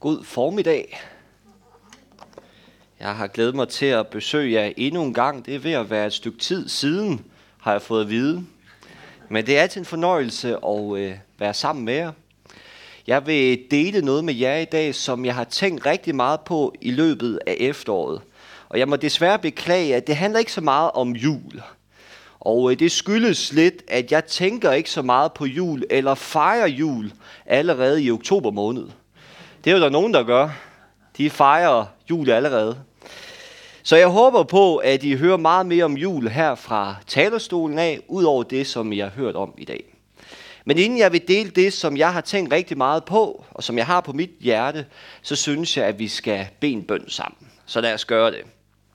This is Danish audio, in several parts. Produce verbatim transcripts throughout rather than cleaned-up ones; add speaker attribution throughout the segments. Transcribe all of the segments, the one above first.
Speaker 1: God formiddag. Jeg har glædet mig til at besøge jer endnu en gang. Det er ved at være et stykke tid siden, har jeg fået at vide. Men det er altid en fornøjelse at øh, være sammen med jer. Jeg vil dele noget med jer i dag, som jeg har tænkt rigtig meget på i løbet af efteråret. Og jeg må desværre beklage, at det handler ikke så meget om jul. Og det skyldes lidt, at jeg tænker ikke så meget på jul eller fejrer jul allerede i oktober måned. Det er jo der nogen, der gør. De fejrer jul allerede. Så jeg håber på, at I hører meget mere om jul her fra talerstolen af, ud over det, som jeg har hørt om i dag. Men inden jeg vil dele det, som jeg har tænkt rigtig meget på, og som jeg har på mit hjerte, så synes jeg, at vi skal bede en bøn sammen. Så lad os gøre det.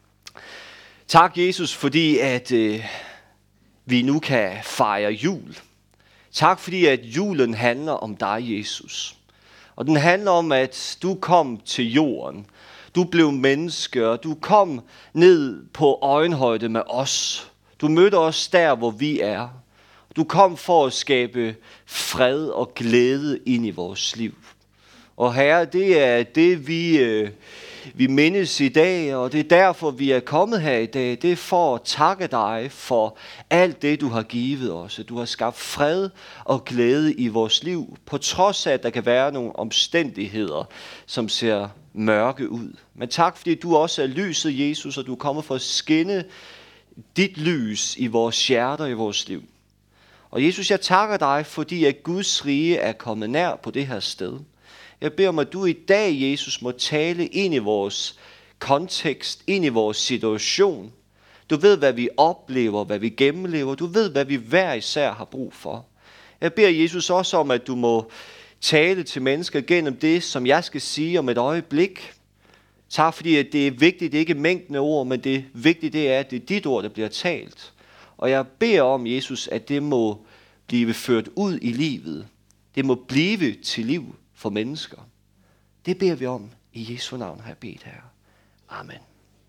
Speaker 1: Tak, Jesus, fordi at øh, vi nu kan fejre jul. Tak, fordi at julen handler om dig, Jesus. Og den handler om, at du kom til jorden. Du blev menneske, og du kom ned på øjenhøjde med os. Du mødte os der, hvor vi er. Du kom for at skabe fred og glæde ind i vores liv. Og Herre, det er det, vi, øh, vi mindes i dag, og det er derfor, vi er kommet her i dag. Det er for at takke dig for alt det, du har givet os. Du har skabt fred og glæde i vores liv, på trods af, at der kan være nogle omstændigheder, som ser mørke ud. Men tak, fordi du også er lyset, Jesus, og du er kommet for at skinne dit lys i vores hjerter, i vores liv. Og Jesus, jeg takker dig, fordi at Guds rige er kommet nær på det her sted. Jeg beder om, at du i dag, Jesus, må tale ind i vores kontekst, ind i vores situation. Du ved, hvad vi oplever, hvad vi gennemlever. Du ved, hvad vi hver især har brug for. Jeg beder Jesus også om, at du må tale til mennesker gennem det, som jeg skal sige om et øjeblik. Tak, fordi at det er vigtigt, det er ikke mængden af ord, men det vigtige det er, at det er dit ord, der bliver talt. Og jeg beder om, Jesus, at det må blive ført ud i livet. Det må blive til liv for mennesker. Det beder vi om i Jesu navn, har jeg bedt, Herre. Amen.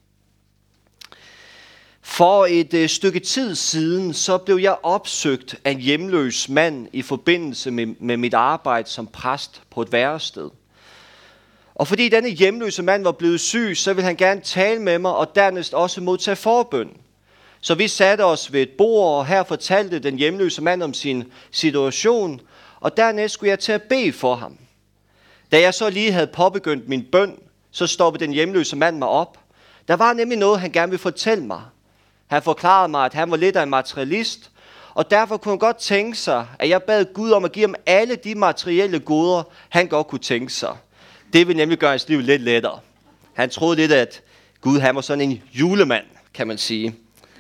Speaker 1: For et øh, stykke tid siden, så blev jeg opsøgt af en hjemløs mand i forbindelse med, med mit arbejde som præst på et værested. Og fordi denne hjemløse mand var blevet syg, så ville han gerne tale med mig og dernæst også modtage forbøn. Så vi satte os ved et bord, og her fortalte den hjemløse mand om sin situation, og dernæst skulle jeg til at bede for ham. Da jeg så lige havde påbegyndt min bøn, så stoppede den hjemløse mand mig op. Der var nemlig noget, han gerne ville fortælle mig. Han forklarede mig, at han var lidt af en materialist, og derfor kunne han godt tænke sig, at jeg bad Gud om at give ham alle de materielle goder, han godt kunne tænke sig. Det ville nemlig gøre hans liv lidt lettere. Han troede lidt, at Gud han var sådan en julemand, kan man sige.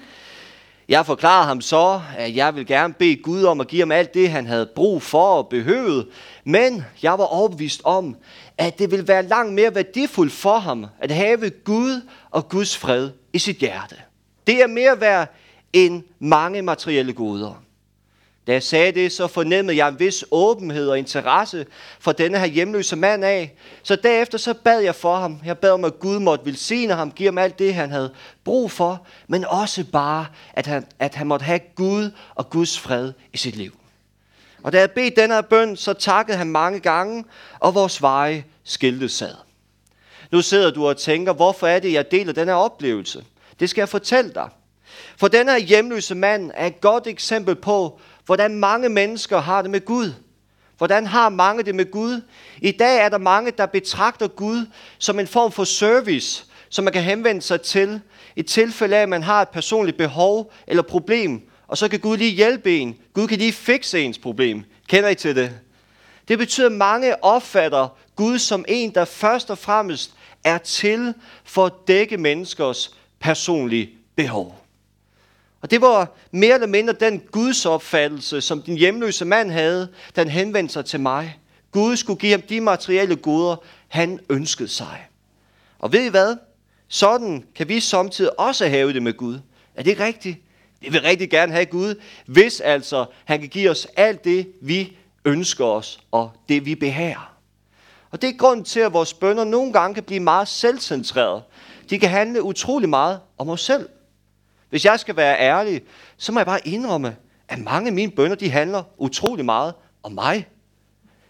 Speaker 1: Jeg forklarede ham så, at jeg ville gerne bede Gud om at give ham alt det, han havde brug for og behøvet. Men jeg var overbevist om, at det ville være langt mere værdifuldt for ham at have Gud og Guds fred i sit hjerte. Det er mere værd end mange materielle goder. Da jeg sagde det, så fornemmede jeg en vis åbenhed og interesse for denne her hjemløse mand af. Så derefter så bad jeg for ham. Jeg bad om, at Gud måtte velsigne ham, give ham alt det, han havde brug for, men også bare, at han, at han måtte have Gud og Guds fred i sit liv. Og da jeg bedte denne her bøn, så takkede han mange gange, og vores veje skiltes ad. Nu sidder du og tænker, hvorfor er det, jeg deler denne her oplevelse? Det skal jeg fortælle dig. For denne her hjemløse mand er et godt eksempel på, hvordan mange mennesker har det med Gud. Hvordan har mange det med Gud? I dag er der mange, der betragter Gud som en form for service, som man kan henvende sig til. I tilfælde af, at man har et personligt behov eller problem, og så kan Gud lige hjælpe en. Gud kan lige fikse ens problem. Kender I til det? Det betyder, at mange opfatter Gud som en, der først og fremmest er til for at dække menneskers personlige behov. Og det var mere eller mindre den Guds opfattelse, som den hjemløse mand havde, da han henvendte sig til mig. Gud skulle give ham de materielle goder, han ønskede sig. Og ved I hvad? Sådan kan vi samtidig også have det med Gud. Er det rigtigt? Vi vil rigtig gerne have Gud, hvis altså han kan give os alt det, vi ønsker os, og det vi behager. Og det er grunden til, at vores bønner nogle gange kan blive meget selvcentrerede. De kan handle utrolig meget om os selv. Hvis jeg skal være ærlig, så må jeg bare indrømme, at mange af mine bønner, de handler utrolig meget om mig.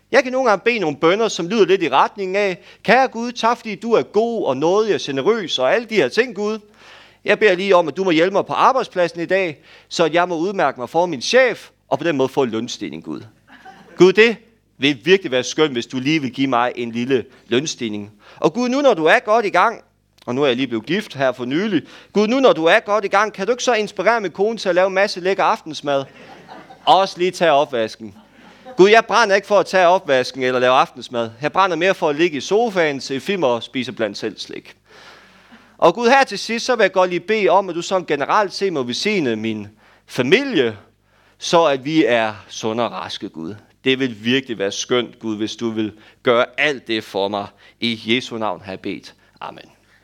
Speaker 1: Jeg kan nogle gange bede nogle bønner, som lyder lidt i retningen af, kære Gud, tak fordi du er god og nådig og generøs og alle de her ting, Gud. Jeg beder lige om, at du må hjælpe mig på arbejdspladsen i dag, så at jeg må udmærke mig for min chef, og på den måde få en lønstigning, Gud. Gud, det vil virkelig være skønt, hvis du lige vil give mig en lille lønstigning. Og Gud, nu når du er godt i gang, og nu er jeg lige blevet gift her for nylig. Gud, nu når du er godt i gang, kan du ikke så inspirere min kone til at lave en masse lækker aftensmad? Og også lige tage opvasken. Gud, jeg brænder ikke for at tage opvasken eller lave aftensmad. Jeg brænder mere for at ligge i sofaen, se film og spise blandt selv slik. Og Gud, her til sidst, så vil jeg godt lige bede om, at du sådan generelt set må velsigne min familie, så at vi er sunde og raske, Gud. Det vil virkelig være skønt, Gud, hvis du vil gøre alt det for mig. I Jesu navn har jeg bedt. Amen.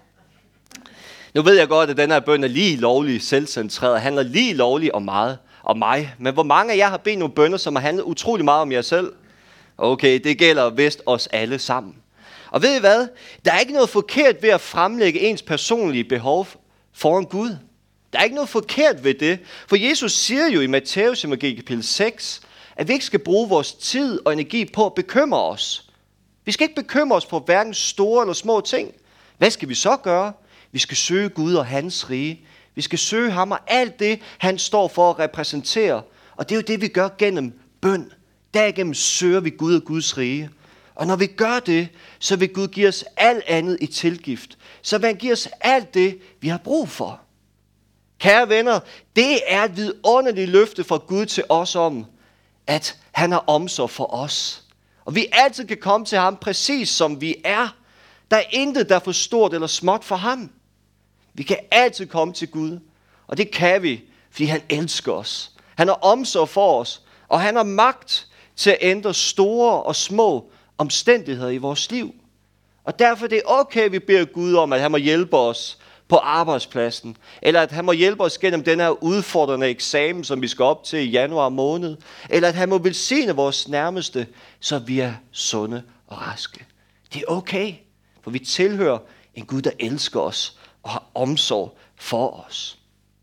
Speaker 1: Nu ved jeg godt, at den her bøn er lige lovlig selvcentreret, handler lige lovlig om meget om mig. Men hvor mange af jer har bedt nogle bønner, som har handlet utrolig meget om jer selv? Okay, det gælder vist os alle sammen. Og ved I hvad? Der er ikke noget forkert ved at fremlægge ens personlige behov foran Gud. Der er ikke noget forkert ved det. For Jesus siger jo i Matthæus evangeliet kapitel seks, at vi ikke skal bruge vores tid og energi på at bekymre os. Vi skal ikke bekymre os for hverken store eller små ting. Hvad skal vi så gøre? Vi skal søge Gud og hans rige. Vi skal søge ham og alt det, han står for at repræsentere. Og det er jo det, vi gør gennem bøn. Derigennem søger vi Gud og Guds rige. Og når vi gør det, så vil Gud give os alt andet i tilgift. Så vil han give os alt det, vi har brug for. Kære venner, det er et vidunderligt løfte fra Gud til os om, at han har omsorg for os. Og vi altid kan komme til ham præcis som vi er. Der er intet, der er for stort eller småt for ham. Vi kan altid komme til Gud, og det kan vi, fordi han elsker os. Han har omsorg for os, og han har magt til at ændre store og små omstændigheder i vores liv. Og derfor er det okay, at vi beder Gud om, at han må hjælpe os på arbejdspladsen, eller at han må hjælpe os gennem den her udfordrende eksamen, som vi skal op til i januar måned, eller at han må velsigne vores nærmeste, så vi er sunde og raske. Det er okay, for vi tilhører en Gud, der elsker os og har omsorg for os.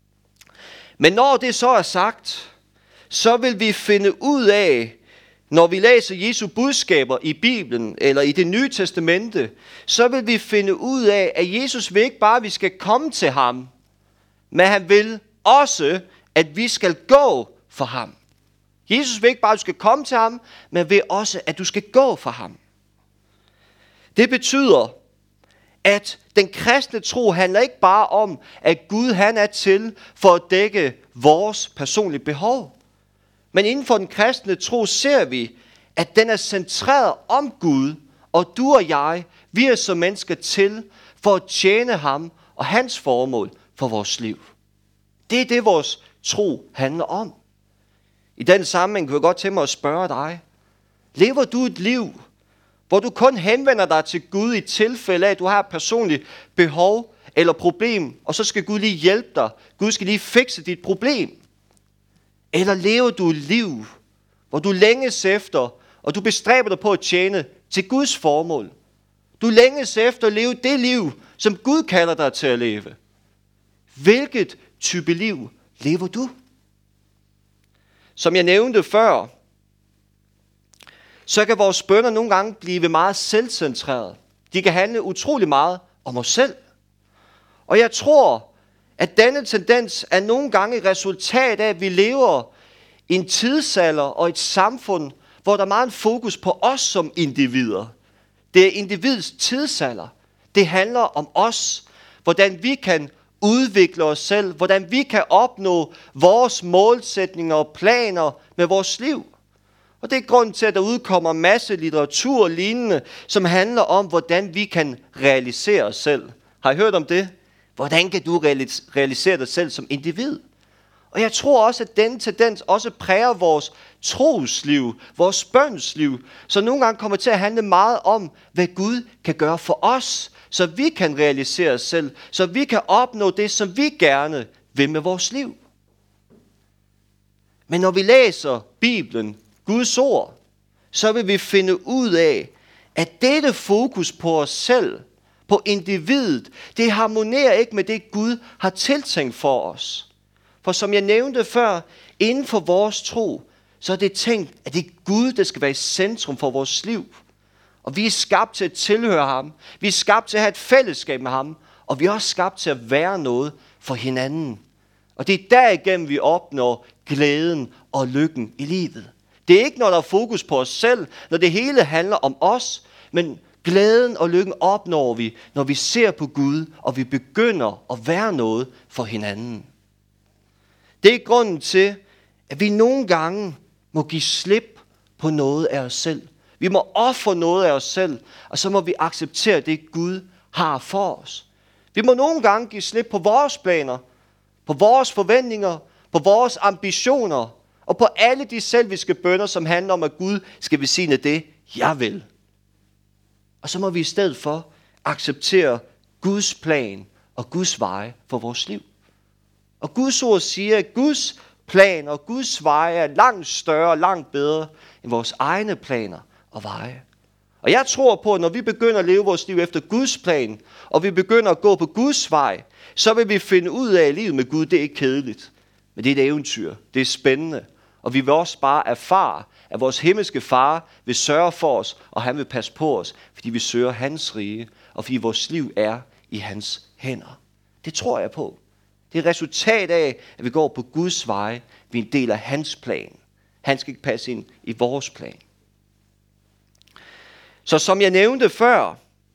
Speaker 1: Men når det så er sagt, så vil vi finde ud af, når vi læser Jesu budskaber i Bibelen eller i det nye testamente, så vil vi finde ud af, at Jesus vil ikke bare, at vi skal komme til ham, men han vil også, at vi skal gå for ham. Jesus vil ikke bare, at du skal komme til ham, men vil også, at du skal gå for ham. Det betyder, at den kristne tro handler ikke bare om, at Gud han er til for at dække vores personlige behov. Men inden for den kristne tro ser vi, at den er centreret om Gud, og du og jeg, vi er som mennesker til for at tjene ham og hans formål for vores liv. Det er det, vores tro handler om. I den sammenhæng kan jeg godt tænke mig at spørge dig, lever du et liv, hvor du kun henvender dig til Gud i tilfælde af, at du har et personligt behov eller problem, og så skal Gud lige hjælpe dig. Gud skal lige fikse dit problem. Eller lever du et liv, hvor du længes efter, og du bestræber dig på at tjene til Guds formål. Du længes efter at leve det liv, som Gud kalder dig til at leve. Hvilket type liv lever du? Som jeg nævnte før, så kan vores bønner nogle gange blive meget selvcentrerede. De kan handle utrolig meget om os selv. Og jeg tror, at denne tendens er nogle gange et resultat af, at vi lever i en tidsalder og et samfund, hvor der er meget fokus på os som individer. Det er individets tidsalder. Det handler om os, hvordan vi kan udvikle os selv, hvordan vi kan opnå vores målsætninger og planer med vores liv. Og det er grunden til, at der udkommer masse litteratur og lignende, som handler om, hvordan vi kan realisere os selv. Har I hørt om det? Hvordan kan du realisere dig selv som individ? Og jeg tror også, at denne tendens også præger vores trosliv, vores bønsliv, så nogle gange kommer til at handle meget om, hvad Gud kan gøre for os, så vi kan realisere os selv, så vi kan opnå det, som vi gerne vil med vores liv. Men når vi læser Bibelen, Guds ord, så vil vi finde ud af, at dette fokus på os selv, på individet, det harmonerer ikke med det, Gud har tiltænkt for os. For som jeg nævnte før, inden for vores tro, så er det tænkt, at det er Gud, der skal være i centrum for vores liv. Og vi er skabt til at tilhøre ham. Vi er skabt til at have et fællesskab med ham. Og vi er også skabt til at være noget for hinanden. Og det er derigennem, vi opnår glæden og lykken i livet. Det er ikke, når der er fokus på os selv, når det hele handler om os, men glæden og lykken opnår vi, når vi ser på Gud, og vi begynder at være noget for hinanden. Det er grunden til, at vi nogle gange må give slip på noget af os selv. Vi må ofre noget af os selv, og så må vi acceptere det, Gud har for os. Vi må nogle gange give slip på vores planer, på vores forventninger, på vores ambitioner, og på alle de selviske bønner, som handler om, at Gud skal velsigne det, jeg vil. Og så må vi i stedet for acceptere Guds plan og Guds veje for vores liv. Og Guds ord siger, at Guds plan og Guds veje er langt større og langt bedre end vores egne planer og veje. Og jeg tror på, at når vi begynder at leve vores liv efter Guds plan, og vi begynder at gå på Guds vej, så vil vi finde ud af, at livet med Gud, det er ikke kedeligt. Men det er et eventyr. Det er spændende. Og vi vil også bare erfare, at vores himmelske far vil sørge for os, og han vil passe på os, fordi vi søger hans rige, og fordi vores liv er i hans hænder. Det tror jeg på. Det er et resultat af, at vi går på Guds vej. Vi er en del af hans plan. Han skal ikke passe ind i vores plan. Så som jeg nævnte før,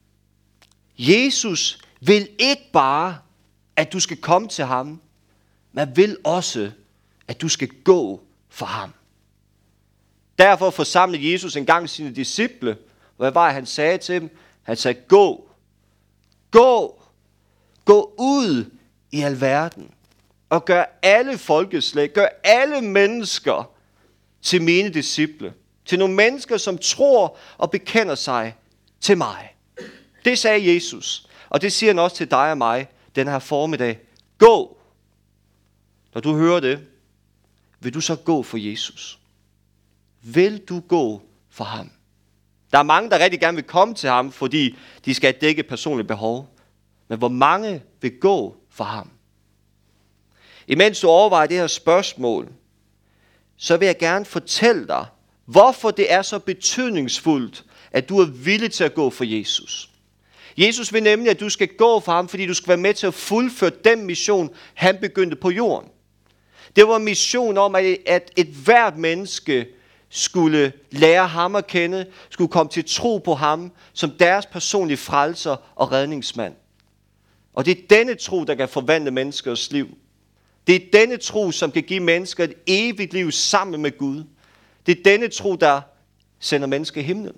Speaker 1: Jesus vil ikke bare, at du skal komme til ham, men vil også, at du skal gå for ham. Derfor forsamlede Jesus engang sine disciple. Hvad var det, han sagde til dem? Han sagde, gå, gå, gå ud i alverden, og gør alle folkeslag, gør alle mennesker til mine disciple. Til nogle mennesker, som tror og bekender sig til mig. Det sagde Jesus. Og det siger han også til dig og mig den her formiddag. Gå. Når du hører det, vil du så gå for Jesus? Vil du gå for ham? Der er mange, der rigtig gerne vil komme til ham, fordi de skal dække personlige behov. Men hvor mange vil gå for ham? Imens du overvejer det her spørgsmål, så vil jeg gerne fortælle dig, hvorfor det er så betydningsfuldt, at du er villig til at gå for Jesus. Jesus vil nemlig, at du skal gå for ham, fordi du skal være med til at fuldføre den mission, han begyndte på jorden. Det var en mission om, at et hvert menneske skulle lære ham at kende, skulle komme til tro på ham som deres personlige frelser og redningsmand. Og det er denne tro, der kan forvandle menneskers liv. Det er denne tro, som kan give mennesker et evigt liv sammen med Gud. Det er denne tro, der sender mennesker i himlen.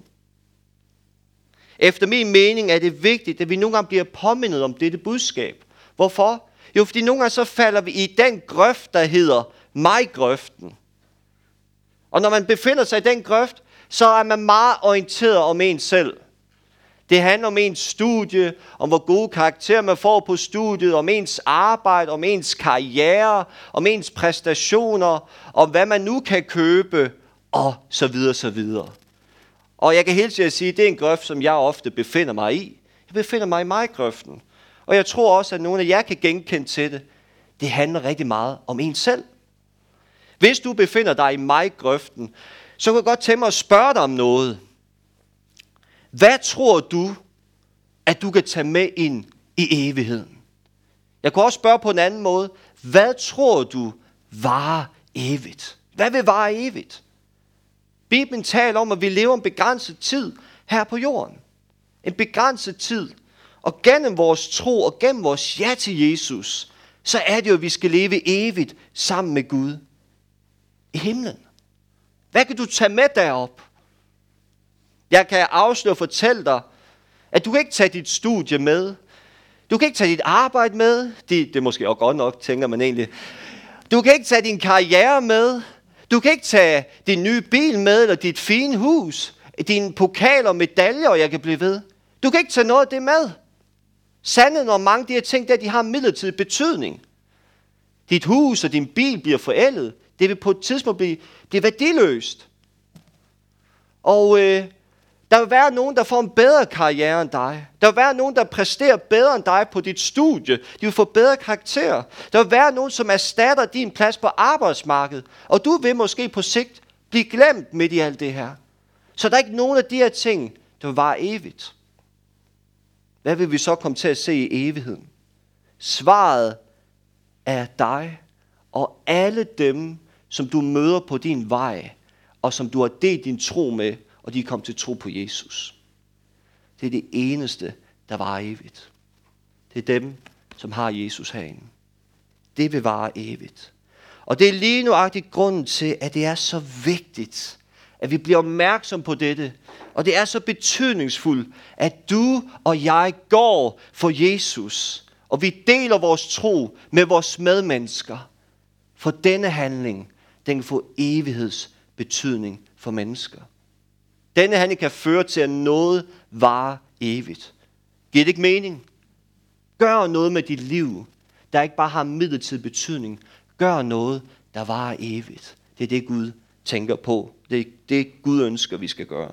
Speaker 1: Efter min mening er det vigtigt, at vi nogle gange bliver påmindet om dette budskab. Hvorfor? Jo, fordi nogle gange så falder vi i den grøft, der hedder mig-grøften. Og når man befinder sig i den grøft, så er man meget orienteret om en selv. Det handler om ens studie, om hvor gode karakterer man får på studiet, om ens arbejde, om ens karriere, om ens præstationer, om hvad man nu kan købe, og så videre, så videre. Og jeg kan helt sikkert sige, at det er en grøft, som jeg ofte befinder mig i. Jeg befinder mig i mig-grøften. Og jeg tror også, at nogle af jer kan genkende til det. Det handler rigtig meget om en selv. Hvis du befinder dig i mig-grøften, så kan jeg godt tænke mig at spørge dig om noget. Hvad tror du, at du kan tage med ind i evigheden? Jeg kan også spørge på en anden måde. Hvad tror du varer evigt? Hvad vil vare evigt? Bibelen taler om, at vi lever en begrænset tid her på jorden. En begrænset tid. Og gennem vores tro og gennem vores ja til Jesus, så er det jo, at vi skal leve evigt sammen med Gud i himlen. Hvad kan du tage med derop? Jeg kan afsløre og fortælle dig, at du kan ikke tage dit studie med. Du kan ikke tage dit arbejde med. Det, det er måske også godt nok, tænker man egentlig. Du kan ikke tage din karriere med. Du kan ikke tage din nye bil med, eller dit fine hus, dine pokaler og medaljer, og jeg kan blive ved. Du kan ikke tage noget af det med. Sandheden om mange af de her ting, der de har midlertidig betydning. Dit hus og din bil bliver forældet. Det vil på et tidspunkt blive, blive værdiløst. Og øh, der vil være nogen, der får en bedre karriere end dig. Der vil være nogen, der præsterer bedre end dig på dit studie. De vil få bedre karakterer. Der vil være nogen, som erstatter din plads på arbejdsmarkedet. Og du vil måske på sigt Bliv glemt midt i alt det her. Så der er ikke nogen af de her ting, der vil vare evigt. Hvad vil vi så komme til at se i evigheden? Svaret er dig og alle dem, som du møder på din vej, og som du har delt din tro med, og de er kommet til tro på Jesus. Det er det eneste, der varer evigt. Det er dem, som har Jesus herinde. Det vil vare evigt. Og det er lige nuagtigt grunden til, at det er så vigtigt, at vi bliver opmærksom på dette. Og det er så betydningsfuldt, at du og jeg går for Jesus, og vi deler vores tro med vores medmennesker. For denne handling, den kan få evighedsbetydning for mennesker. Denne handling kan føre til, at noget varer evigt. Giver det ikke mening? Gør noget med dit liv, der ikke bare har midlertidig betydning. Gør noget, der varer evigt. Det er det, Gud tænker på. Det er det, Gud ønsker, vi skal gøre.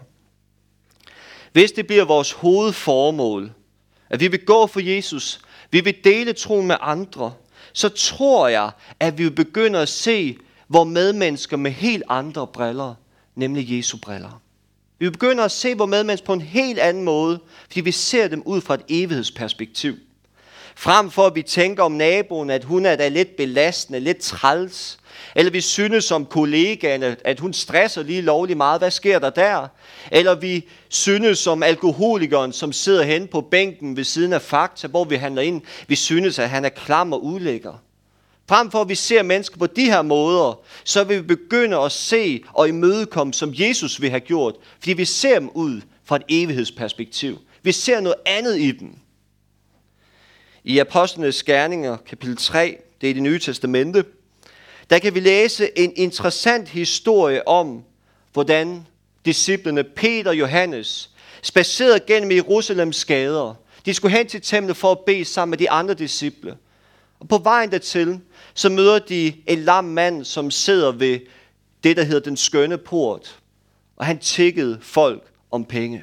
Speaker 1: Hvis det bliver vores hovedformål, at vi vil gå for Jesus, vi vil dele troen med andre, så tror jeg, at vi vil begynde at se vores medmennesker med helt andre briller, nemlig Jesu briller. Vi begynder at se vores medmennesker på en helt anden måde, fordi vi ser dem ud fra et evighedsperspektiv. Frem for at vi tænker om naboen, at hun er da lidt belastende, lidt træls, eller vi synes om kollegaen, at hun stresser lige lovligt meget. Hvad sker der der? Eller vi synes om alkoholikeren, som sidder hen på bænken ved siden af Fakta, hvor vi handler ind. Vi synes, at han er klam og ulækker. Frem for at vi ser mennesker på de her måder, så vil vi begynde at se og imødekomme, som Jesus vil have gjort. Fordi vi ser dem ud fra et evighedsperspektiv. Vi ser noget andet i dem. I Apostlenes Gerninger, kapitel tre, det er det nye testamente, der kan vi læse en interessant historie om, hvordan disciplene Peter og Johannes spacerede gennem Jerusalems gader. De skulle hen til templet for at bede sammen med de andre disciple. Og på vejen dertil, så møder de en lam mand, som sidder ved det, der hedder den skønne port. Og han tiggede folk om penge.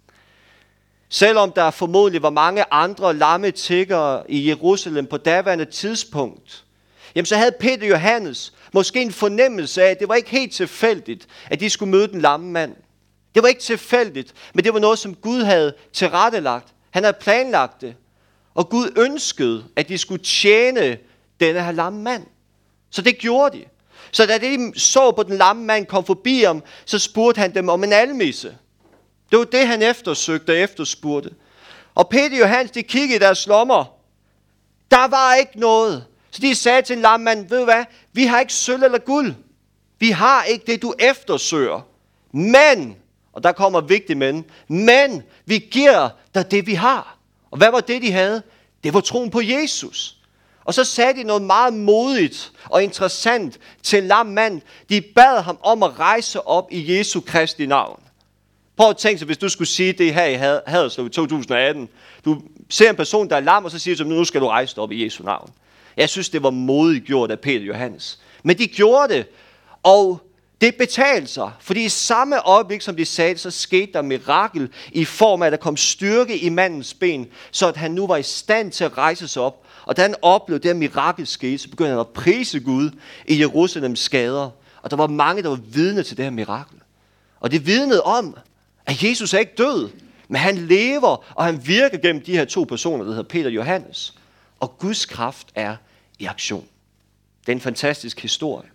Speaker 1: Selvom der formodentlig var mange andre lamme tiggere i Jerusalem på daværende tidspunkt, jamen så havde Peter og Johannes måske en fornemmelse af, at det var ikke helt tilfældigt, at de skulle møde den lamme mand. Det var ikke tilfældigt, men det var noget, som Gud havde tilrettelagt. Han havde planlagt det. Og Gud ønskede, at de skulle tjene denne her lamme mand. Så det gjorde de. Så da de så på den lamme mand kom forbi ham, så spurgte han dem om en almisse. Det var det, han eftersøgte og efterspurgte. Og Peter og Johannes, de kiggede i deres lommer. Der var ikke noget. Så de sagde til en lamme mand, ved du hvad, vi har ikke sølv eller guld. Vi har ikke det, du eftersøger. Men, og der kommer vigtigt men, men vi giver dig det, vi har. Og hvad var det, de havde? Det var troen på Jesus. Og så sagde de noget meget modigt og interessant til lam mand. De bad ham om at rejse op i Jesu Kristi navn. Prøv at tænke sig, hvis du skulle sige det her i Haderslev i to tusind og atten. Du ser en person, der er lam, og så siger du, nu skal du rejse dig op i Jesu navn. Jeg synes, det var modigt gjort af Peter og Johannes. Men de gjorde det, og det betalte sig. Fordi i samme øjeblik, som de sagde det, så skete der mirakel i form af, at der kom styrke i mandens ben, så at han nu var i stand til at rejse sig op. Og da han oplevede det her mirakel skete, så begyndte han at prise Gud i Jerusalems gader. Og der var mange, der var vidne til det her mirakel. Og det vidnede om, at Jesus er ikke død, men han lever, og han virker gennem de her to personer, der hedder Peter og Johannes. Og Guds kraft er i aktion. Det er en fantastisk historie.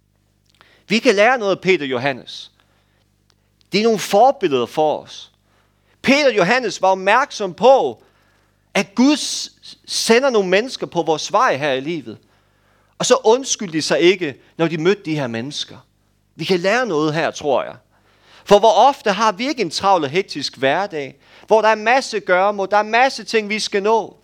Speaker 1: Vi kan lære noget af Peter og Johannes. Det er nogle forbilleder for os. Peter og Johannes var opmærksom på, at Gud sender nogle mennesker på vores vej her i livet. Og så undskyldte de sig ikke, når de mødte de her mennesker. Vi kan lære noget her, tror jeg. For hvor ofte har vi ikke en travl og hektisk hverdag, hvor der er masse gøremål, der er masse ting, vi skal nå.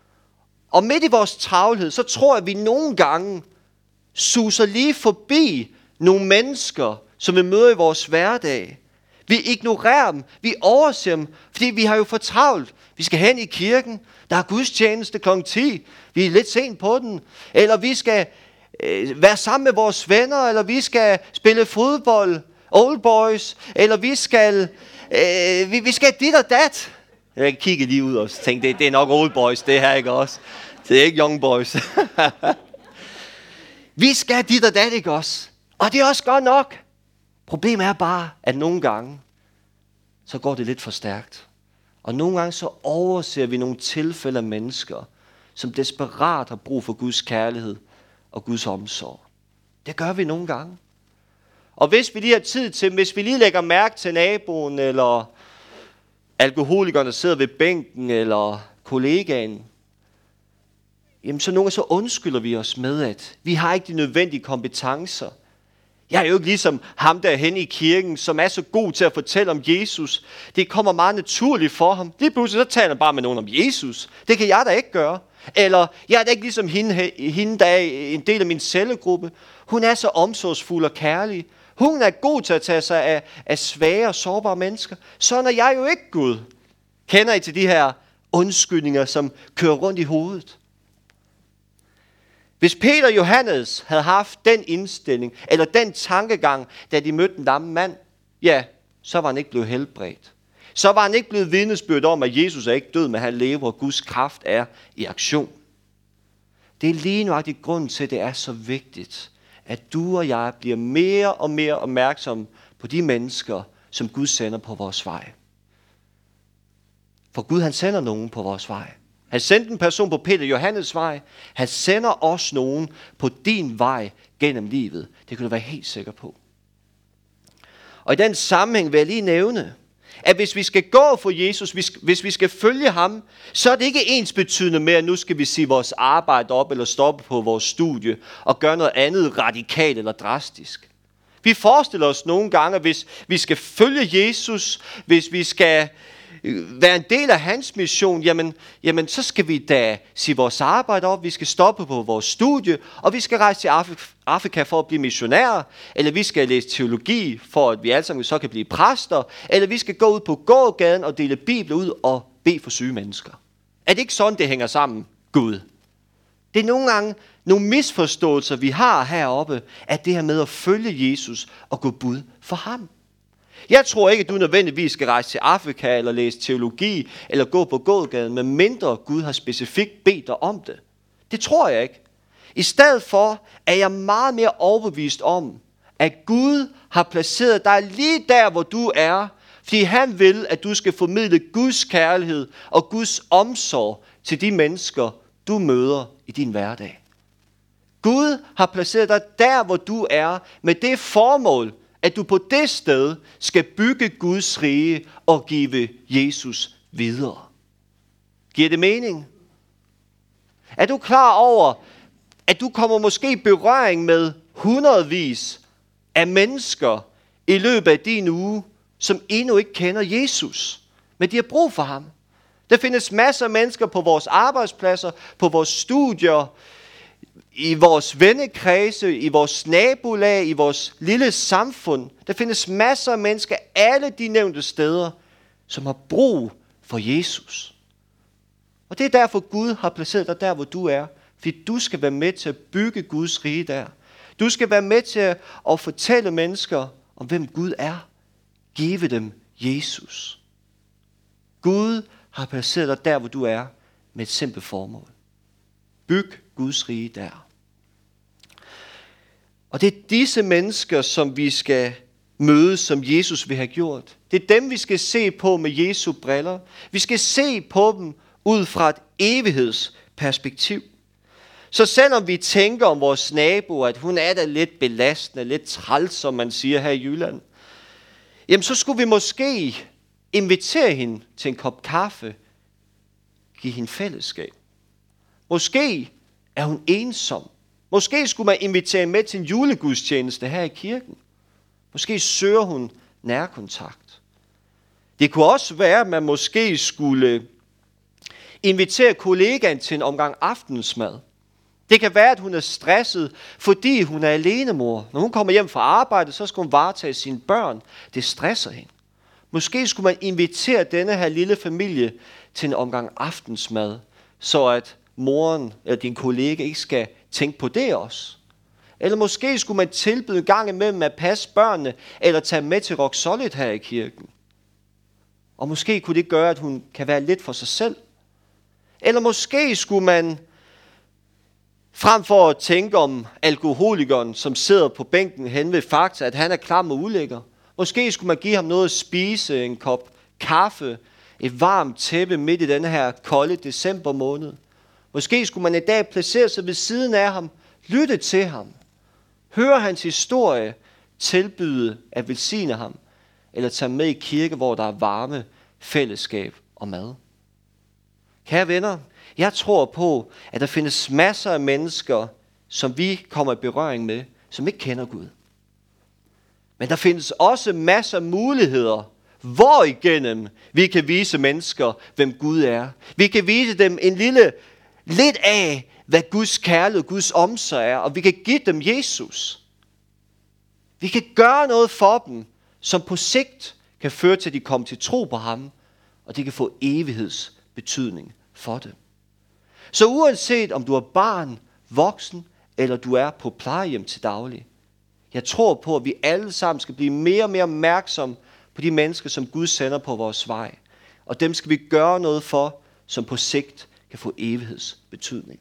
Speaker 1: Og midt i vores travlhed, så tror jeg, at vi nogle gange suser lige forbi nogle mennesker, som vi møder i vores hverdag. Vi ignorerer dem, vi overser dem, fordi vi har jo for travlt. Vi skal hen i kirken, der er gudstjeneste klokken ti, vi er lidt sent på den. Eller vi skal øh, være sammen med vores venner, eller vi skal spille fodbold, old boys, eller vi skal, øh, vi, vi skal dit og dat. Jeg kigger lige ud og tænker, det, det er nok old boys, det her, ikke også? Det er ikke young boys. Vi skal dit og dat, ikke også? Og det er også godt nok. Problemet er bare, at nogle gange, så går det lidt for stærkt. Og nogle gange så overser vi nogle tilfælde af mennesker, som desperat har brug for Guds kærlighed og Guds omsorg. Det gør vi nogle gange. Og hvis vi lige har tid til, hvis vi lige lægger mærke til naboen, eller alkoholikeren, der sidder ved bænken, eller kollegaen, jamen så nogle gange så undskylder vi os med, at vi har ikke de nødvendige kompetencer. Jeg er jo ikke ligesom ham derhen i kirken, som er så god til at fortælle om Jesus. Det kommer meget naturligt for ham. Lige pludselig så taler han bare med nogen om Jesus. Det kan jeg da ikke gøre. Eller jeg er da ikke ligesom hende, hende der er en del af min cellegruppe. Hun er så omsorgsfuld og kærlig. Hun er god til at tage sig af, af svage og sårbare mennesker. Sådan er jeg jo ikke, Gud. Kender I til de her undskyldninger, som kører rundt i hovedet? Hvis Peter og Johannes havde haft den indstilling, eller den tankegang, da de mødte den lamme mand, ja, så var han ikke blevet helbredt. Så var han ikke blevet vidnesbyrd om, at Jesus er ikke død, men han lever, og Guds kraft er i aktion. Det er lige nøjagtigt grunden til, at det er så vigtigt, at du og jeg bliver mere og mere opmærksomme på de mennesker, som Gud sender på vores vej. For Gud, han sender nogen på vores vej. Han sendte en person på Peter Johannes vej. Han sender også nogen på din vej gennem livet. Det kan du være helt sikker på. Og i den sammenhæng vil jeg lige nævne, at hvis vi skal gå for Jesus, hvis vi skal følge ham, så er det ikke ensbetydende med, at nu skal vi sige vores arbejde op eller stoppe på vores studie og gøre noget andet radikalt eller drastisk. Vi forestiller os nogle gange, at hvis vi skal følge Jesus, hvis vi skal være en del af hans mission, jamen, jamen så skal vi da sige vores arbejde op, vi skal stoppe på vores studie, og vi skal rejse til Afrika for at blive missionærer, eller vi skal læse teologi, for at vi alle sammen så kan blive præster, eller vi skal gå ud på gågaden og dele bibler ud og bede for syge mennesker. Er det ikke sådan, det hænger sammen, Gud? Det er nogle gange nogle misforståelser, vi har heroppe, at det her med at følge Jesus og gå bud for ham. Jeg tror ikke, at du nødvendigvis skal rejse til Afrika, eller læse teologi, eller gå på gågaden, med mindre Gud har specifikt bedt dig om det. Det tror jeg ikke. I stedet for er jeg meget mere overbevist om, at Gud har placeret dig lige der, hvor du er, fordi han vil, at du skal formidle Guds kærlighed og Guds omsorg til de mennesker, du møder i din hverdag. Gud har placeret dig der, hvor du er, med det formål, at du på det sted skal bygge Guds rige og give Jesus videre. Giver det mening? Er du klar over, at du kommer måske i berøring med hundredvis af mennesker i løbet af din uge, som endnu ikke kender Jesus, men de har brug for ham? Der findes masser af mennesker på vores arbejdspladser, på vores studier, i vores vennekredse, i vores nabolag, i vores lille samfund. Der findes masser af mennesker, alle de nævnte steder, som har brug for Jesus. Og det er derfor Gud har placeret dig der, hvor du er. Fordi du skal være med til at bygge Guds rige der. Du skal være med til at fortælle mennesker om, hvem Gud er. Give dem Jesus. Gud har placeret dig der, hvor du er, med et simpelt formål. Byg Guds rige der. Og det er disse mennesker, som vi skal møde, som Jesus vil have gjort. Det er dem, vi skal se på med Jesu briller. Vi skal se på dem ud fra et evighedsperspektiv. Så selvom vi tænker om vores nabo, at hun er da lidt belastende, lidt træls, som man siger her i Jylland, jamen så skulle vi måske invitere hende til en kop kaffe, give hende fællesskab. Måske er hun ensom. Måske skulle man invitere hende med til en julegudstjeneste her i kirken. Måske søger hun nærkontakt. Det kunne også være, at man måske skulle invitere kollegaen til en omgang aftensmad. Det kan være, at hun er stresset, fordi hun er alenemor. Når hun kommer hjem fra arbejde, så skal hun varetage sine børn. Det stresser hende. Måske skulle man invitere denne her lille familie til en omgang aftensmad, så at moren eller din kollega ikke skal tænke på det også. Eller måske skulle man tilbyde en gang imellem at passe børnene, eller tage med til Rock Solid her i kirken. Og måske kunne det gøre, at hun kan være lidt for sig selv. Eller måske skulle man Frem for at tænke om alkoholikeren, som sidder på bænken hen ved Fakta, at han er klam og ulækker. Måske skulle man give ham noget at spise, en kop kaffe, et varmt tæppe midt i denne her kolde december måned. Måske skulle man i dag placere sig ved siden af ham, lytte til ham, høre hans historie, tilbyde at velsigne ham, eller tage med i kirke, hvor der er varme, fællesskab og mad. Kære venner, jeg tror på, at der findes masser af mennesker, som vi kommer i berøring med, som ikke kender Gud. Men der findes også masser af muligheder, hvor igennem vi kan vise mennesker, hvem Gud er. Vi kan vise dem en lille lidt af, hvad Guds kærlighed, Guds omsorg er, og vi kan give dem Jesus. Vi kan gøre noget for dem, som på sigt kan føre til, at de kommer til tro på ham, og det kan få evighedsbetydning for det. Så uanset om du er barn, voksen, eller du er på plejehjem til daglig, jeg tror på, at vi alle sammen skal blive mere og mere opmærksomme på de mennesker, som Gud sender på vores vej. Og dem skal vi gøre noget for, som på sigt kan få evighedsbetydning.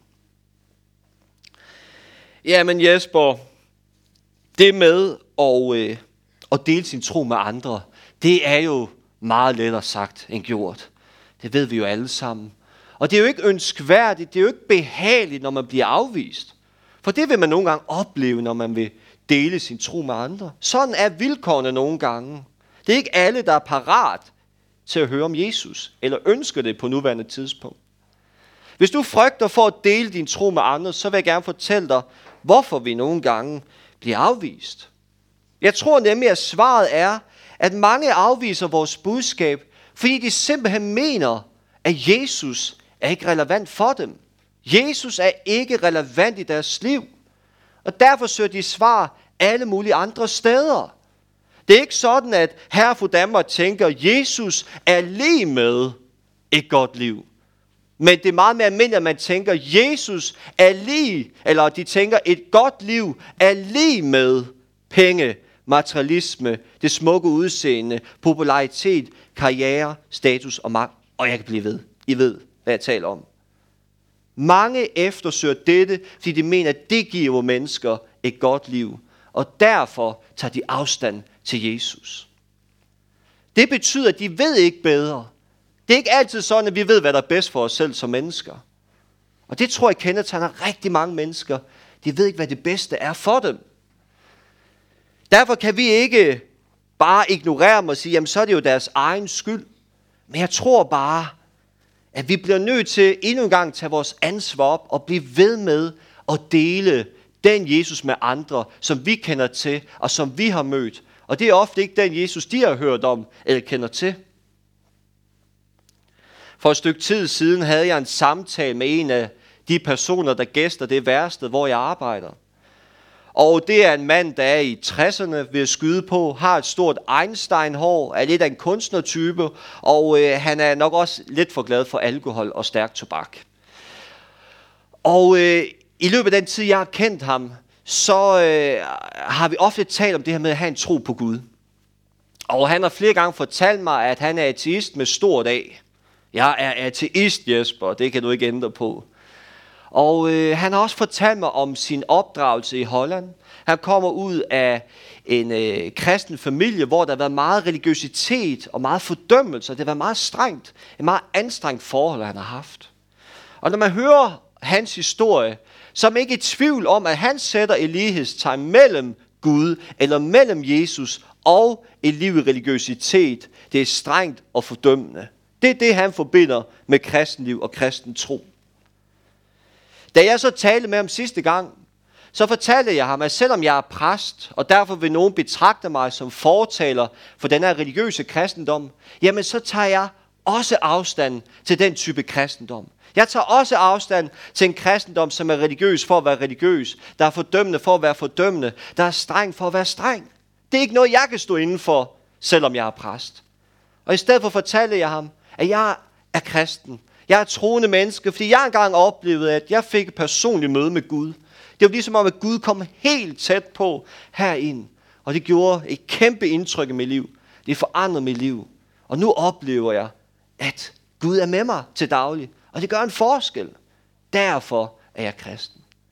Speaker 1: Jamen Jesper, det med at, øh, at dele sin tro med andre, det er jo meget lettere sagt end gjort. Det ved vi jo alle sammen. Og det er jo ikke ønskværdigt, det er jo ikke behageligt, når man bliver afvist. For det vil man nogle gange opleve, når man vil dele sin tro med andre. Sådan er vilkårene nogle gange. Det er ikke alle, der er parat til at høre om Jesus, eller ønsker det på nuværende tidspunkt. Hvis du frygter for at dele din tro med andre, så vil jeg gerne fortælle dig, hvorfor vi nogle gange bliver afvist. Jeg tror nemlig, at svaret er, at mange afviser vores budskab, fordi de simpelthen mener, at Jesus er ikke relevant for dem. Jesus er ikke relevant i deres liv. Og derfor søger de svar alle mulige andre steder. Det er ikke sådan, at herre og fru Danmark tænker, at Jesus er lige med et godt liv. Men det er meget mere almindeligt, at man tænker, at Jesus er lige, eller de tænker, et godt liv er lige med penge, materialisme, det smukke udseende, popularitet, karriere, status og magt. Og jeg kan blive ved. I ved, hvad jeg taler om. Mange eftersøger dette, fordi de mener, at det giver mennesker et godt liv. Og derfor tager de afstand til Jesus. Det betyder, at de ved ikke bedre. Det er ikke altid sådan, at vi ved, hvad der er bedst for os selv som mennesker. Og det tror jeg kendetegner rigtig mange mennesker. De ved ikke, hvad det bedste er for dem. Derfor kan vi ikke bare ignorere dem og sige, jamen så er det jo deres egen skyld. Men jeg tror bare, at vi bliver nødt til endnu en gang at tage vores ansvar op og blive ved med at dele den Jesus med andre, som vi kender til og som vi har mødt. Og det er ofte ikke den Jesus, de har hørt om eller kender til. For et stykke tid siden havde jeg en samtale med en af de personer, der gæster det værsted, hvor jeg arbejder. Og det er en mand, der er i tresserne ved at skyde på, har et stort Einstein-hår, er lidt af en kunstnertype, og øh, han er nok også lidt for glad for alkohol og stærk tobak. Og øh, i løbet af den tid, jeg har kendt ham, så øh, har vi ofte talt om det her med at have en tro på Gud. Og han har flere gange fortalt mig, at han er ateist med stort A. Jeg er ateist, Jesper, det kan du ikke ændre på. Og øh, han har også fortalt mig om sin opdragelse i Holland. Han kommer ud af en øh, kristen familie, hvor der har været meget religiøsitet og meget fordømmelse. Det har været meget strengt, et meget anstrengt forhold, han har haft. Og når man hører hans historie, så er man ikke i tvivl om, at han sætter et lighedstegn mellem Gud eller mellem Jesus og et liv i religiøsitet. Det er strengt og fordømmende. Det er det, han forbinder med kristenliv og kristen tro. Da jeg så talte med ham sidste gang, så fortalte jeg ham, at selvom jeg er præst, og derfor vil nogen betragte mig som fortaler for den her religiøse kristendom, jamen så tager jeg også afstand til den type kristendom. Jeg tager også afstand til en kristendom, som er religiøs for at være religiøs, der er fordømmende for at være fordømmende, der er streng for at være streng. Det er ikke noget, jeg kan stå inden for, selvom jeg er præst. Og i stedet for fortalte jeg ham, at jeg er kristen. Jeg er et troende menneske, fordi jeg engang oplevede, at jeg fik et personligt møde med Gud. Det var ligesom om, at Gud kom helt tæt på herind. Og det gjorde et kæmpe indtryk i mit liv. Det forandrede mit liv. Og nu oplever jeg, at Gud er med mig til daglig. Og det gør en forskel. Derfor er jeg kristen.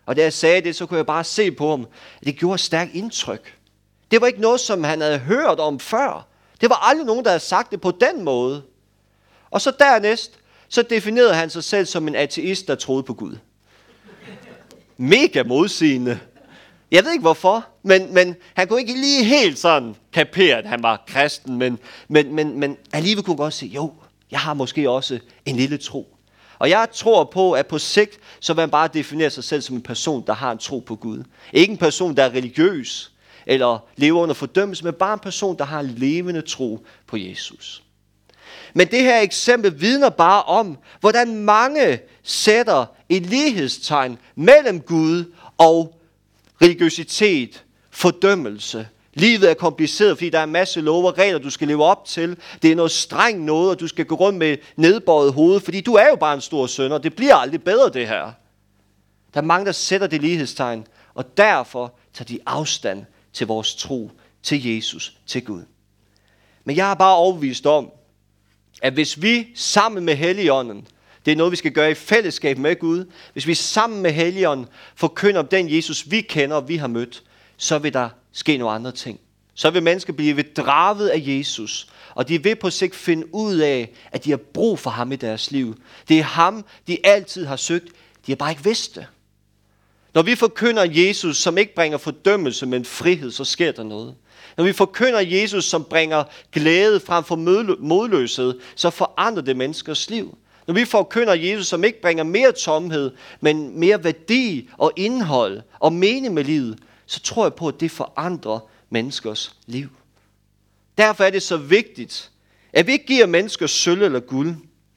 Speaker 1: Og da jeg sagde det, så kunne jeg bare se på ham, at det gjorde et stærkt indtryk. Det var ikke noget, som han havde hørt om før. Det var aldrig nogen, der havde sagt det på den måde. Og så dernæst, så definerede han sig selv som en ateist, der troede på Gud. Mega modsigende. Jeg ved ikke hvorfor, men, men han kunne ikke lige helt sådan kapere, at han var kristen, men, men, men, men alligevel kunne godt sige, jo, jeg har måske også en lille tro. Og jeg tror på, at på sigt, så vil han bare definere sig selv som en person, der har en tro på Gud. Ikke en person, der er religiøs, eller lever under fordømmelse, men bare en person, der har en levende tro på Jesus. Men det her eksempel vidner bare om, hvordan mange sætter et lighedstegn mellem Gud og religiøsitet, fordømmelse. Livet er kompliceret, fordi der er en masse love og regler, du skal leve op til. Det er noget strengt noget, og du skal gå rundt med nedbøjet hoved, fordi du er jo bare en stor synder. Det bliver aldrig bedre, det her. Der er mange, der sætter det lighedstegn, og derfor tager de afstand til vores tro, til Jesus, til Gud. Men jeg er bare overbevist om, at hvis vi sammen med Helligånden, det er noget, vi skal gøre i fællesskab med Gud, hvis vi sammen med Helligånden forkynder om den Jesus, vi kender og vi har mødt, så vil der ske nogle andre ting. Så vil mennesker blive draget af Jesus, og de vil på sigt finde ud af, at de har brug for ham i deres liv. Det er ham, de altid har søgt. De har bare ikke vidst det. Når vi forkynder Jesus, som ikke bringer fordømmelse, men frihed, så sker der noget. Når vi forkynder Jesus, som bringer glæde frem for modløshed, så forandrer det menneskers liv. Når vi forkynder Jesus, som ikke bringer mere tomhed, men mere værdi og indhold og mening med livet, så tror jeg på, at det forandrer menneskers liv. Derfor er det så vigtigt, at vi ikke giver mennesker sølv eller guld,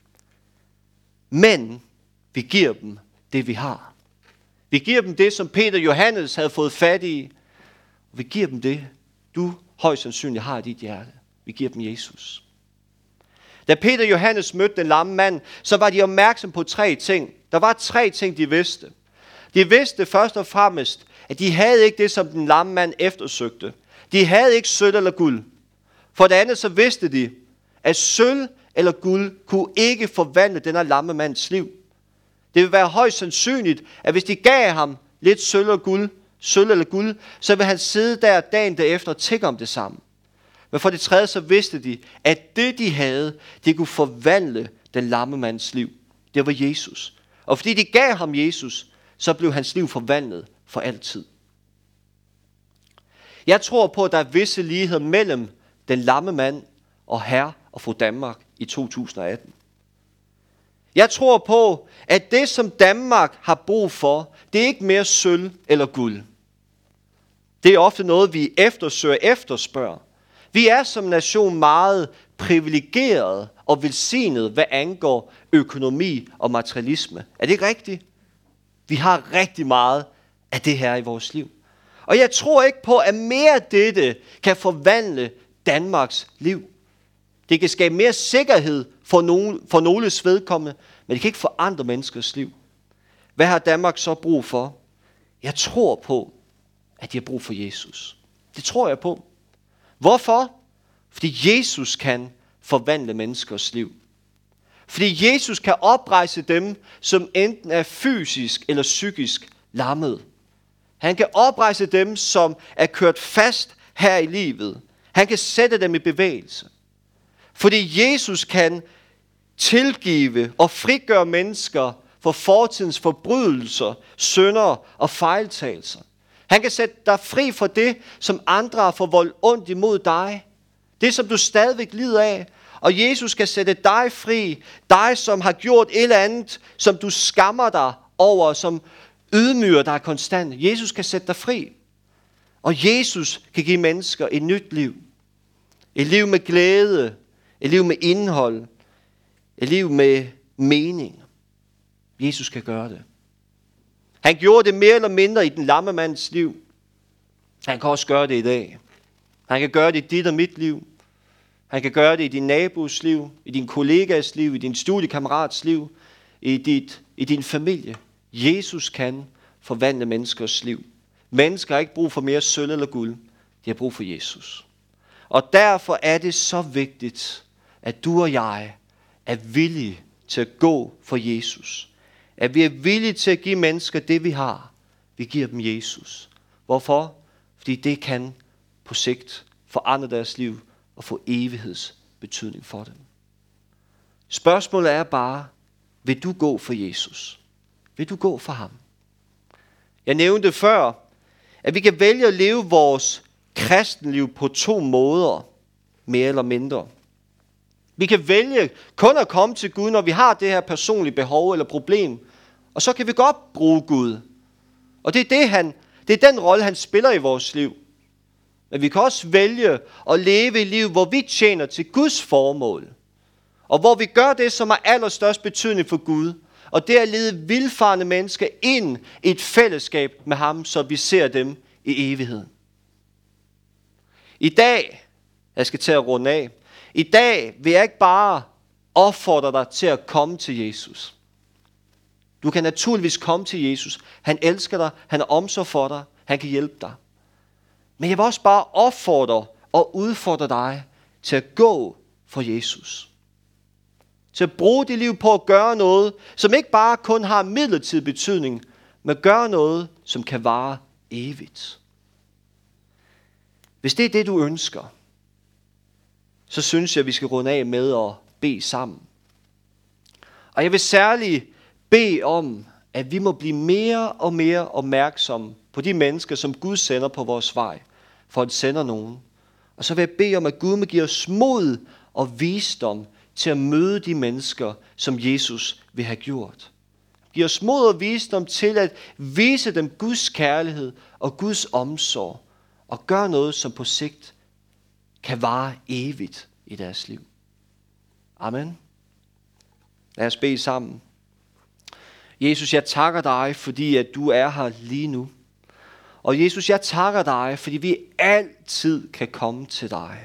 Speaker 1: men vi giver dem det, vi har. Vi giver dem det, som Peter og Johannes havde fået fat i. Og vi giver dem det, du højst sandsynligt har i dit hjerte. Vi giver dem Jesus. Da Peter og Johannes mødte den lamme mand, så var de opmærksom på tre ting. Der var tre ting, de vidste. De vidste først og fremmest, at de havde ikke det, som den lamme mand eftersøgte. De havde ikke sølv eller guld. For det andet så vidste de, at sølv eller guld kunne ikke forvandle denne lamme mands liv. Det vil være højst sandsynligt, at hvis de gav ham lidt sølv eller guld, sølv eller guld, så vil han sidde der dagen derefter og tigge om det samme. Men for det tredje så vidste de, at det de havde, det kunne forvandle den lamme mands liv. Det var Jesus. Og fordi de gav ham Jesus, så blev hans liv forvandlet for altid. Jeg tror på, at der er visse ligheder mellem den lamme mand og herre og fru Danmark i to tusind og atten. Jeg tror på, at det som Danmark har brug for, det er ikke mere sølv eller guld. Det er ofte noget, vi eftersøger, efterspørger. Vi er som nation meget privilegeret og velsignet, hvad angår økonomi og materialisme. Er det ikke rigtigt? Vi har rigtig meget af det her i vores liv. Og jeg tror ikke på, at mere af dette kan forvandle Danmarks liv. Det kan skabe mere sikkerhed for, nogle, for nogles vedkommende, men det kan ikke forandre menneskers liv. Hvad har Danmark så brug for? Jeg tror på, at de har brug for Jesus. Det tror jeg på. Hvorfor? Fordi Jesus kan forvandle menneskers liv. Fordi Jesus kan oprejse dem, som enten er fysisk eller psykisk lammede. Han kan oprejse dem, som er kørt fast her i livet. Han kan sætte dem i bevægelse. Fordi Jesus kan tilgive og frigøre mennesker for fortidens forbrydelser, synder og fejltagelser. Han kan sætte dig fri for det, som andre har forvoldt ondt imod dig. Det, som du stadigvæk lider af. Og Jesus kan sætte dig fri. Dig, som har gjort et eller andet, som du skammer dig over, som ydmyger dig konstant. Jesus kan sætte dig fri. Og Jesus kan give mennesker et nyt liv. Et liv med glæde. Et liv med indhold. Et liv med mening. Jesus kan gøre det. Han gjorde det mere eller mindre i den lamme mands liv. Han kan også gøre det i dag. Han kan gøre det i dit og mit liv. Han kan gøre det i din nabos liv, i din kollegas liv, i din studiekammerats liv, i, dit, i din familie. Jesus kan forvandle menneskers liv. Mennesker har ikke brug for mere sølv eller guld. De har brug for Jesus. Og derfor er det så vigtigt, at du og jeg er villige til at gå for Jesus. At vi er villige til at give mennesker det, vi har. vi giver dem Jesus. Hvorfor? Fordi det kan på sigt forandre deres liv og få evighedsbetydning for dem. Spørgsmålet er bare, vil du gå for Jesus? Vil du gå for ham? Jeg nævnte før, at vi kan vælge at leve vores kristenliv på to måder, mere eller mindre. Vi kan vælge kun at komme til Gud, når vi har det her personlige behov eller problem. Og så kan vi godt bruge Gud. Og det er, det, han, det er den rolle, han spiller i vores liv. Men vi kan også vælge at leve et liv, hvor vi tjener til Guds formål. Og hvor vi gør det, som har allerstørst betydning for Gud. Og det er at lede vildfarne mennesker ind i et fællesskab med ham, så vi ser dem i evigheden. I dag, jeg skal til at runde af, i dag vil jeg ikke bare opfordre dig til at komme til Jesus. Du kan naturligvis komme til Jesus. Han elsker dig, han har omsorg for dig, han kan hjælpe dig. Men jeg vil også bare opfordre og udfordre dig til at gå for Jesus. Til at bruge dit liv på at gøre noget, som ikke bare kun har midlertidig betydning, men gøre noget, som kan vare evigt. Hvis det er det, du ønsker, så synes jeg, at vi skal runde af med at bede sammen. Og jeg vil særligt bede om, at vi må blive mere og mere opmærksomme på de mennesker, som Gud sender på vores vej, for at sende nogen. Og så vil jeg bede om, at Gud må give os mod og visdom til at møde de mennesker, som Jesus vil have gjort. Giv os mod og visdom til at vise dem Guds kærlighed og Guds omsorg, og gøre noget, som på sigt kan vare evigt i deres liv. Amen. Lad os bede sammen. Jesus, jeg takker dig, fordi at du er her lige nu. Og Jesus, jeg takker dig, fordi vi altid kan komme til dig.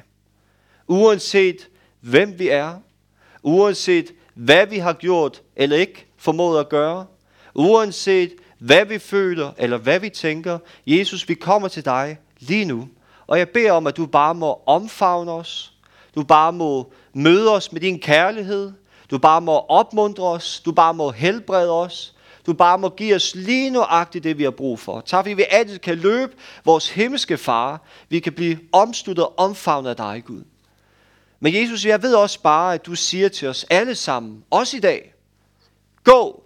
Speaker 1: Uanset hvem vi er, uanset hvad vi har gjort eller ikke formået at gøre, uanset hvad vi føler eller hvad vi tænker, Jesus, vi kommer til dig lige nu. Og jeg beder om, at du bare må omfavne os. Du bare må møde os med din kærlighed. Du bare må opmuntre os. Du bare må helbrede os. Du bare må give os lige nøjagtigt det, vi har brug for. Tak fordi vi altid kan løbe vores himmelske far. Vi kan blive omsluttet og omfavnet af dig, Gud. Men Jesus, jeg ved også bare, at du siger til os alle sammen, også i dag, gå.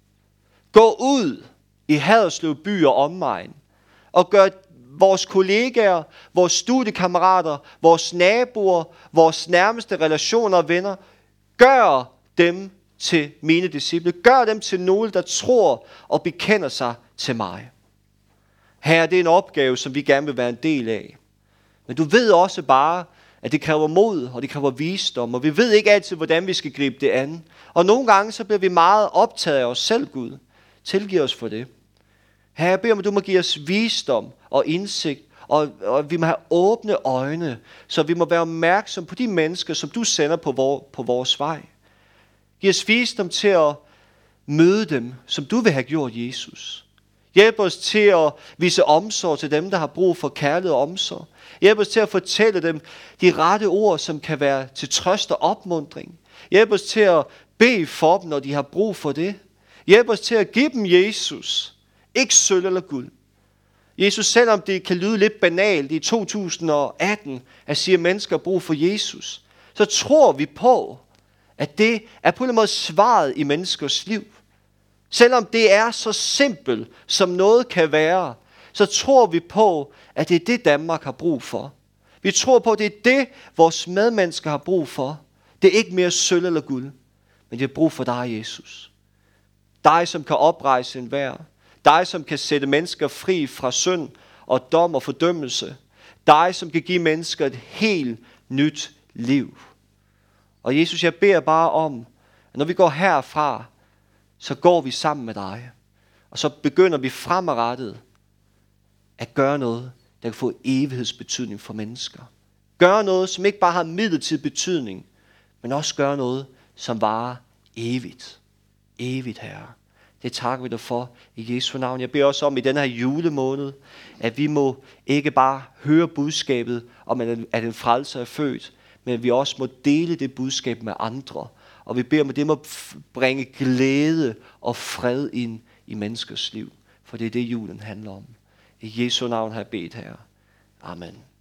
Speaker 1: Gå ud i Haderslev by og omegn. Og gør vores kollegaer, vores studiekammerater, vores naboer, vores nærmeste relationer og venner, gør dem til mine disciple. Gør dem til nogle, der tror og bekender sig til mig. Herre, det er en opgave, som vi gerne vil være en del af. Men du ved også bare, at det kræver mod, og det kræver visdom, og vi ved ikke altid, hvordan vi skal gribe det an. Og nogle gange, så bliver vi meget optaget af os selv, Gud. Tilgiv os for det. Herre, jeg beder om, at du må give os visdom og indsigt, og, og vi må have åbne øjne, så vi må være opmærksom på de mennesker, som du sender på, vor, på vores vej. Giv os visdom til at møde dem, som du vil have gjort, Jesus. Hjælp os til at vise omsorg til dem, der har brug for kærlighed og omsorg. Hjælp os til at fortælle dem de rette ord, som kan være til trøst og opmuntring. Hjælp os til at bede for dem, når de har brug for det. Hjælp os til at give dem Jesus. Ikke sølv eller guld. Jesus, selvom det kan lyde lidt banalt i to tusind og atten, at sige, at mennesker har brug for Jesus, så tror vi på, at det er på en måde svaret i menneskers liv. Selvom det er så simpelt, som noget kan være, så tror vi på, at det er det, Danmark har brug for. Vi tror på, at det er det, vores medmennesker har brug for. Det er ikke mere sølv eller guld, men det er brug for dig, Jesus. Dig, som kan oprejse enhver. Dig, som kan sætte mennesker fri fra synd og dom og fordømmelse. Dig, som kan give mennesker et helt nyt liv. Og Jesus, jeg beder bare om, at når vi går herfra, så går vi sammen med dig. Og så begynder vi fremadrettet at gøre noget, der kan få evighedsbetydning for mennesker. Gøre noget, som ikke bare har midlertidig betydning, men også gøre noget, som varer evigt. Evigt, Herre. Det takker vi dig for i Jesu navn. Jeg beder også om i den her julemåned, at vi må ikke bare høre budskabet om, at en frelser er født, men at vi også må dele det budskab med andre. Og vi beder om, at det må bringe glæde og fred ind i menneskers liv. For For det er det, julen handler om. I Jesu navn har jeg bedt, Herre. Amen.